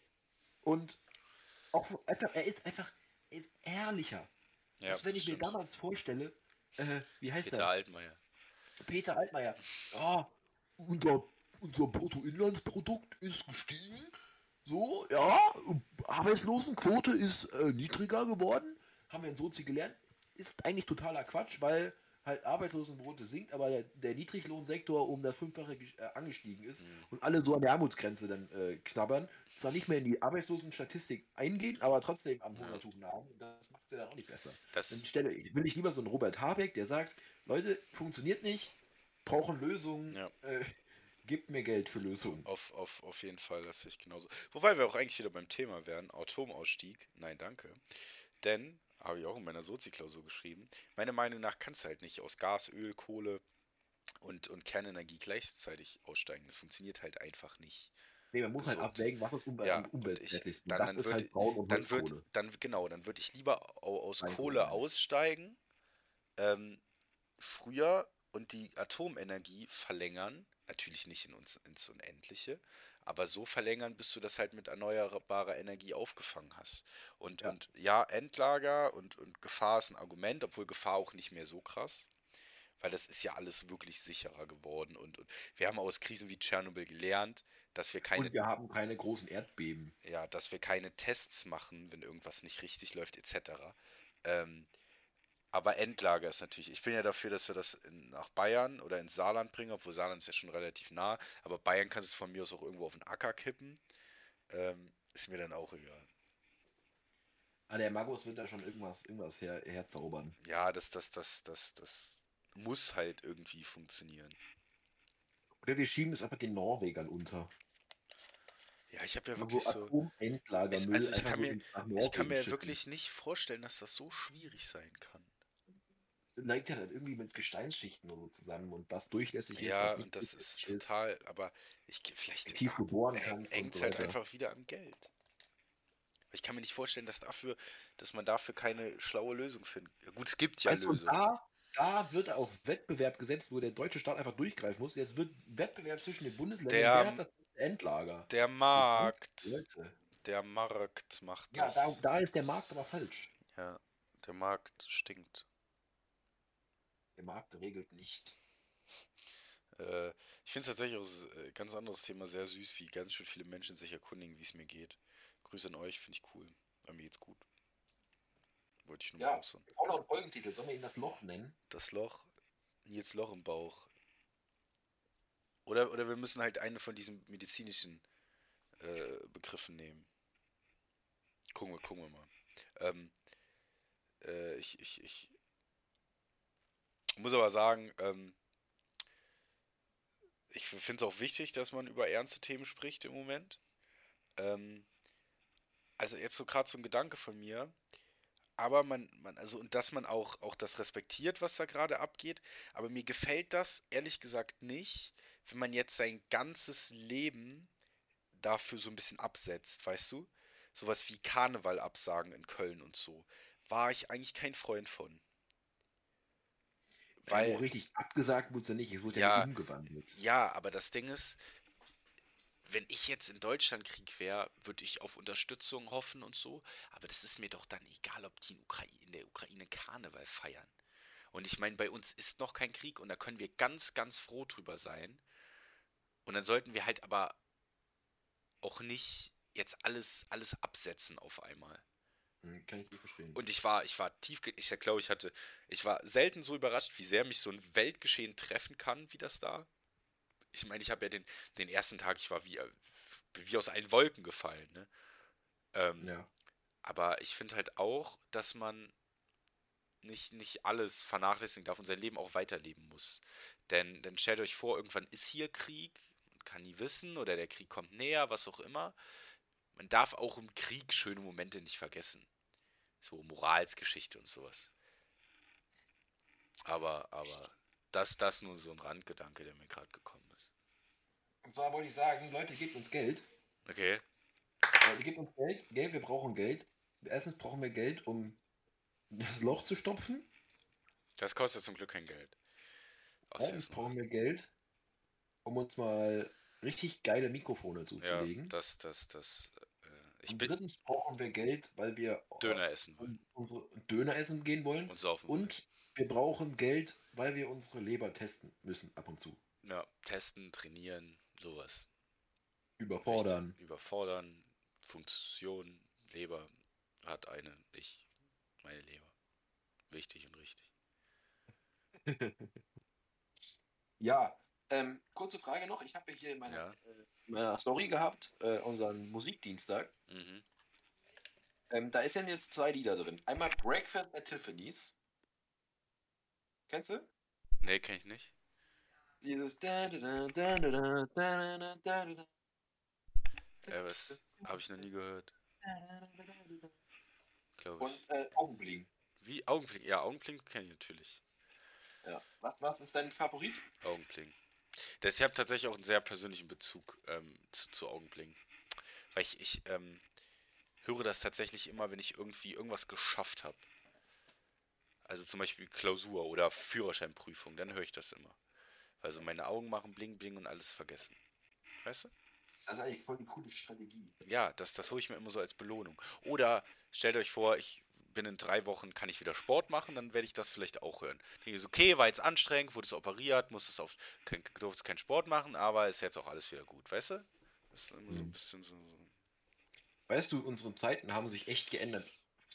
Speaker 1: und auch einfach, er ist ehrlicher.
Speaker 2: ja,
Speaker 1: Als wenn
Speaker 2: das
Speaker 1: ich mir
Speaker 2: stimmt.
Speaker 1: damals vorstelle, wie heißt
Speaker 2: Peter
Speaker 1: er?
Speaker 2: Altmaier.
Speaker 1: Peter Altmaier. Ja, unser, unser Bruttoinlandsprodukt ist gestiegen. So, ja, Arbeitslosenquote ist niedriger geworden. Haben wir in Sozi gelernt. Ist eigentlich totaler Quatsch, weil halt Arbeitslosenquote sinkt, aber der Niedriglohnsektor um das Fünffache angestiegen ist
Speaker 2: Hm,
Speaker 1: und alle so an der Armutsgrenze dann knabbern. Zwar nicht mehr in die Arbeitslosenstatistik eingehen, aber trotzdem am
Speaker 2: ja.
Speaker 1: Hungertuch nagen. Und das macht es ja dann auch nicht besser. Dann
Speaker 2: Das,
Speaker 1: will ich lieber so einen Robert Habeck, der sagt, Leute, funktioniert nicht, brauchen Lösungen,
Speaker 2: ja,
Speaker 1: gebt mir Geld für Lösungen.
Speaker 2: auf jeden Fall, das sehe ich genauso. Wobei wir auch eigentlich wieder beim Thema wären, Atomausstieg, nein, danke. Denn, habe ich auch in meiner Sozi-Klausur geschrieben, meiner Meinung nach kannst du halt nicht aus Gas, Öl, Kohle und Kernenergie gleichzeitig aussteigen. Das funktioniert halt einfach nicht.
Speaker 1: Nee, man muss halt
Speaker 2: So, und
Speaker 1: abwägen, was ist am
Speaker 2: ja, und
Speaker 1: umweltschädlichsten. Das ist halt Braun- und Holzkohle.
Speaker 2: dann würde ich lieber aus
Speaker 1: Steinkohle
Speaker 2: Kohle
Speaker 1: meine ich.
Speaker 2: aussteigen, ähm, früher und die Atomenergie verlängern, natürlich nicht ins Unendliche, aber so verlängern, bis du das halt mit erneuerbarer Energie aufgefangen hast.
Speaker 1: Ja.
Speaker 2: Und ja, Endlager und Gefahr ist ein Argument, obwohl Gefahr auch nicht mehr so krass, weil das ist ja alles wirklich sicherer geworden und wir haben aus Krisen wie Tschernobyl gelernt, dass wir keine,
Speaker 1: Und wir haben keine großen Erdbeben.
Speaker 2: ja, dass wir keine Tests machen, wenn irgendwas nicht richtig läuft, etc. Ähm, aber Endlager ist natürlich, ich bin ja dafür, dass wir das nach Bayern oder ins Saarland bringen, obwohl Saarland ist ja schon relativ nah, aber Bayern kannst es von mir aus auch irgendwo auf den Acker kippen. Ist mir dann auch egal.
Speaker 1: Ah, der Magus wird da schon irgendwas herzaubern.
Speaker 2: Ja, das muss halt irgendwie funktionieren.
Speaker 1: Oder wir schieben es einfach den Norwegern unter.
Speaker 2: Ja, ich habe ja
Speaker 1: Mal
Speaker 2: wirklich
Speaker 1: so
Speaker 2: so.
Speaker 1: Atomendlagermüll
Speaker 2: Also
Speaker 1: einfach so nach
Speaker 2: ich kann
Speaker 1: Norwegen
Speaker 2: mir
Speaker 1: schiffen.
Speaker 2: wirklich nicht vorstellen, dass das so schwierig sein kann.
Speaker 1: Das liegt ja dann irgendwie mit Gesteinsschichten oder so zusammen und was durchlässig ist,
Speaker 2: Ja,
Speaker 1: was nicht
Speaker 2: und das ist
Speaker 1: durchlässig ist,
Speaker 2: total, aber vielleicht
Speaker 1: tief du bohren kannst und
Speaker 2: hängt
Speaker 1: so
Speaker 2: es halt
Speaker 1: weiter.
Speaker 2: einfach wieder am Geld. Ich kann mir nicht vorstellen, dass man dafür keine schlaue Lösung findet. Ja, gut, es gibt ja
Speaker 1: Weißt du, und
Speaker 2: Lösungen.
Speaker 1: da wird auf Wettbewerb gesetzt, wo der deutsche Staat einfach durchgreifen muss. Jetzt wird Wettbewerb zwischen den Bundesländern, wer
Speaker 2: Der,
Speaker 1: hat das Endlager?
Speaker 2: der
Speaker 1: So, hm,
Speaker 2: Markt,
Speaker 1: Leute.
Speaker 2: der Markt macht
Speaker 1: Ja,
Speaker 2: das.
Speaker 1: da ist der Markt aber falsch.
Speaker 2: Ja, der Markt stinkt.
Speaker 1: Der Markt regelt nicht.
Speaker 2: Äh, Ich finde es tatsächlich auch ein ganz anderes Thema sehr süß, wie ganz schön viele Menschen sich erkundigen, wie es mir geht. Grüße an euch, finde ich cool. Bei mir geht's gut. Wollte ich nur mal
Speaker 1: Ja,
Speaker 2: raus.
Speaker 1: auch noch ein Folgentitel. Sollen wir ihn das Loch nennen?
Speaker 2: Das Loch, Nils Loch im Bauch. Oder wir müssen halt einen von diesen medizinischen Begriffen nehmen. Gucken wir mal. Ähm, ich muss aber sagen, ich finde es auch wichtig, dass man über ernste Themen spricht im Moment. Ähm, also jetzt so gerade so ein Gedanke von mir, aber also und dass man auch das respektiert, was da gerade abgeht, aber mir gefällt das ehrlich gesagt nicht, wenn man jetzt sein ganzes Leben dafür so ein bisschen absetzt, weißt du? Sowas wie Karneval absagen in Köln und so. War ich eigentlich kein Freund von.
Speaker 1: Naja, so
Speaker 2: Weil,
Speaker 1: richtig abgesagt wurde es ja nicht, es wurde ja nur
Speaker 2: ja,
Speaker 1: umgewandelt.
Speaker 2: ja, aber das Ding ist, wenn ich jetzt in Deutschland Krieg wäre, würde ich auf Unterstützung hoffen und so. Aber das ist mir doch dann egal, ob die in der Ukraine Karneval feiern. Und ich meine, bei uns ist noch kein Krieg und da können wir ganz, ganz froh drüber sein. Und dann sollten wir halt aber auch nicht jetzt alles absetzen auf einmal.
Speaker 1: Kann ich nicht verstehen.
Speaker 2: Und ich war ich glaube, ich war selten so überrascht, wie sehr mich so ein Weltgeschehen treffen kann, wie das da. Ich meine, ich habe ja den ersten Tag, ich war wie aus allen Wolken gefallen, ne? Ähm,
Speaker 1: Ja.
Speaker 2: aber ich finde halt auch, dass man nicht alles vernachlässigen darf und sein Leben auch weiterleben muss. Denn stellt euch vor, irgendwann ist hier Krieg, man kann nie wissen, oder der Krieg kommt näher, was auch immer. Man darf auch im Krieg schöne Momente nicht vergessen. So Moralsgeschichte und sowas. Aber das nur so ein Randgedanke, der mir gerade gekommen ist.
Speaker 1: Und zwar wollte ich sagen, Leute, gebt uns Geld.
Speaker 2: Okay,
Speaker 1: Leute, gebt uns Geld. Geld, wir brauchen Geld. Erstens brauchen wir Geld, um das Loch zu stopfen.
Speaker 2: das kostet zum Glück kein Geld. Außer
Speaker 1: Zweitens
Speaker 2: ist noch.
Speaker 1: brauchen wir Geld, um uns mal richtig geile Mikrofone
Speaker 2: Ja,
Speaker 1: zuzulegen.
Speaker 2: ich
Speaker 1: Und
Speaker 2: bin
Speaker 1: drittens brauchen wir Geld, weil wir
Speaker 2: Döner essen wollen
Speaker 1: unsere Döner essen gehen wollen.
Speaker 2: und saufen wollen.
Speaker 1: Und wir brauchen Geld, weil wir unsere Leber testen müssen ab und zu.
Speaker 2: Ja, testen, trainieren, sowas. Wichtig.
Speaker 1: Überfordern.
Speaker 2: Überfordern, Funktion, Leber hat meine Leber. Wichtig und richtig.
Speaker 1: Ja, kurze Frage noch. Ich habe ja hier in
Speaker 2: Ja,
Speaker 1: meiner Story gehabt, unseren Musikdienstag.
Speaker 2: mhm.
Speaker 1: Da ist ja jetzt zwei Lieder drin. Einmal Breakfast at Tiffany's. Kennst du?
Speaker 2: Nee, kenn ich nicht.
Speaker 1: Dieses da, da, da, da, da, da, da, da, da,
Speaker 2: Was habe ich noch nie gehört, glaube
Speaker 1: und
Speaker 2: ich.
Speaker 1: Augenblinken.
Speaker 2: Wie Augenblick? Ja, Augenblick kenne ich natürlich.
Speaker 1: Ja. Was ist dein Favorit?
Speaker 2: Augenblick. Ich habe tatsächlich auch einen sehr persönlichen Bezug zu Augenblick. Weil ich höre das tatsächlich immer, wenn ich irgendwie irgendwas geschafft habe. Also zum Beispiel Klausur oder Führerscheinprüfung, dann höre ich das immer. Also meine Augen machen bling bling und alles vergessen. Weißt du?
Speaker 1: Das ist eigentlich voll die coole Strategie.
Speaker 2: Ja, das hole ich mir immer so als Belohnung. Oder stellt euch vor, ich bin in 3 Wochen, kann ich wieder Sport machen, dann werde ich das vielleicht auch hören. Denke ich so, okay, war jetzt anstrengend, wurde es operiert, durfte es keinen Sport machen, aber ist jetzt auch alles wieder gut, weißt du? Das ist immer so ein
Speaker 1: Hm.
Speaker 2: bisschen so.
Speaker 1: Weißt du, unsere Zeiten haben sich echt geändert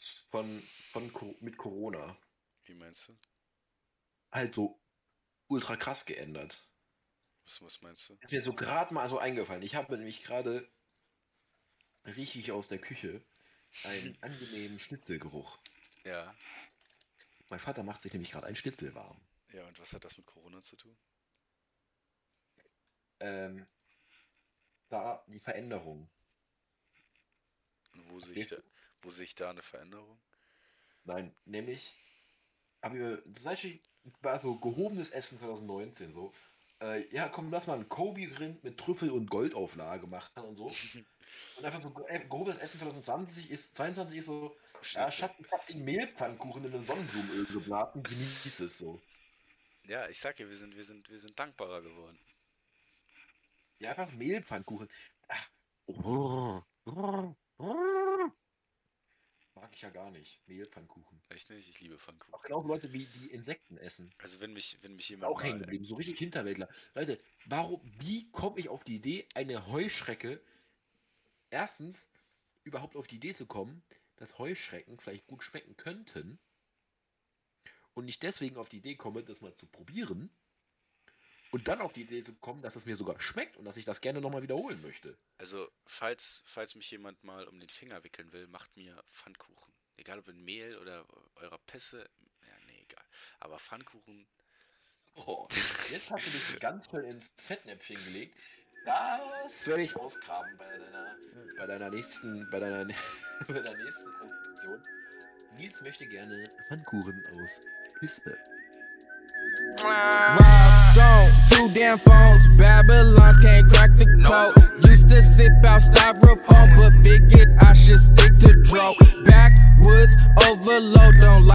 Speaker 1: mit Corona.
Speaker 2: Wie meinst du?
Speaker 1: Halt so ultra krass geändert.
Speaker 2: Was meinst du?
Speaker 1: Ist mir so gerade mal so eingefallen. Ich habe nämlich gerade richtig aus der Küche einen angenehmen Schnitzelgeruch.
Speaker 2: Ja.
Speaker 1: Mein Vater macht sich nämlich gerade ein Schnitzel warm.
Speaker 2: Ja, und was hat das mit Corona zu tun?
Speaker 1: Ähm, Da die Veränderung.
Speaker 2: Und
Speaker 1: Verstehst du?
Speaker 2: wo sehe ich da eine Veränderung?
Speaker 1: Nein, nämlich habe ich zum Beispiel war so gehobenes Essen 2019 so. Ja, komm, lass mal einen Kobe-Rind mit Trüffel und Goldauflage machen und so. Und einfach so gehobenes Essen 22 ist so, ja,
Speaker 2: Schnitzel.
Speaker 1: Schatz, ich hab den Mehlpfannkuchen in ein Sonnenblumenöl gebraten, genieß es so.
Speaker 2: Ja, ich sag ja, wir sind dankbarer geworden.
Speaker 1: Ja, einfach Mehlpfannkuchen. Ach, mag ich ja gar nicht. Mehlpfannkuchen.
Speaker 2: Echt nicht? Ich liebe
Speaker 1: Auch
Speaker 2: Pfannkuchen.
Speaker 1: genauso Leute, wie die Insekten essen.
Speaker 2: Also wenn mich
Speaker 1: Ist
Speaker 2: jemand
Speaker 1: auch hängen
Speaker 2: mal.
Speaker 1: geblieben. So richtig Hinterwäldler. Leute, wie komme ich auf die Idee, eine Heuschrecke erstens überhaupt auf die Idee zu kommen, dass Heuschrecken vielleicht gut schmecken könnten und ich deswegen auf die Idee komme, das mal zu probieren und dann auf die Idee zu kommen, dass es mir sogar schmeckt und dass ich das gerne nochmal wiederholen möchte.
Speaker 2: Also, falls mich jemand mal um den Finger wickeln will, macht mir Pfannkuchen. Egal ob in Mehl oder eurer Pisse. Ja, nee, egal. Aber Pfannkuchen,
Speaker 1: Oh, jetzt hast du dich ganz schön ins Fettnäpfchen gelegt. Das werde ich ausgraben bei deiner nächsten Option. Nils möchte gerne Pfannkuchen aus Piste.
Speaker 3: Rob Stone, 2 damn phones, Babylons can't crack the code. Used to sip out styrofoam, but figured I should stick to dro. Backwoods overload, don't like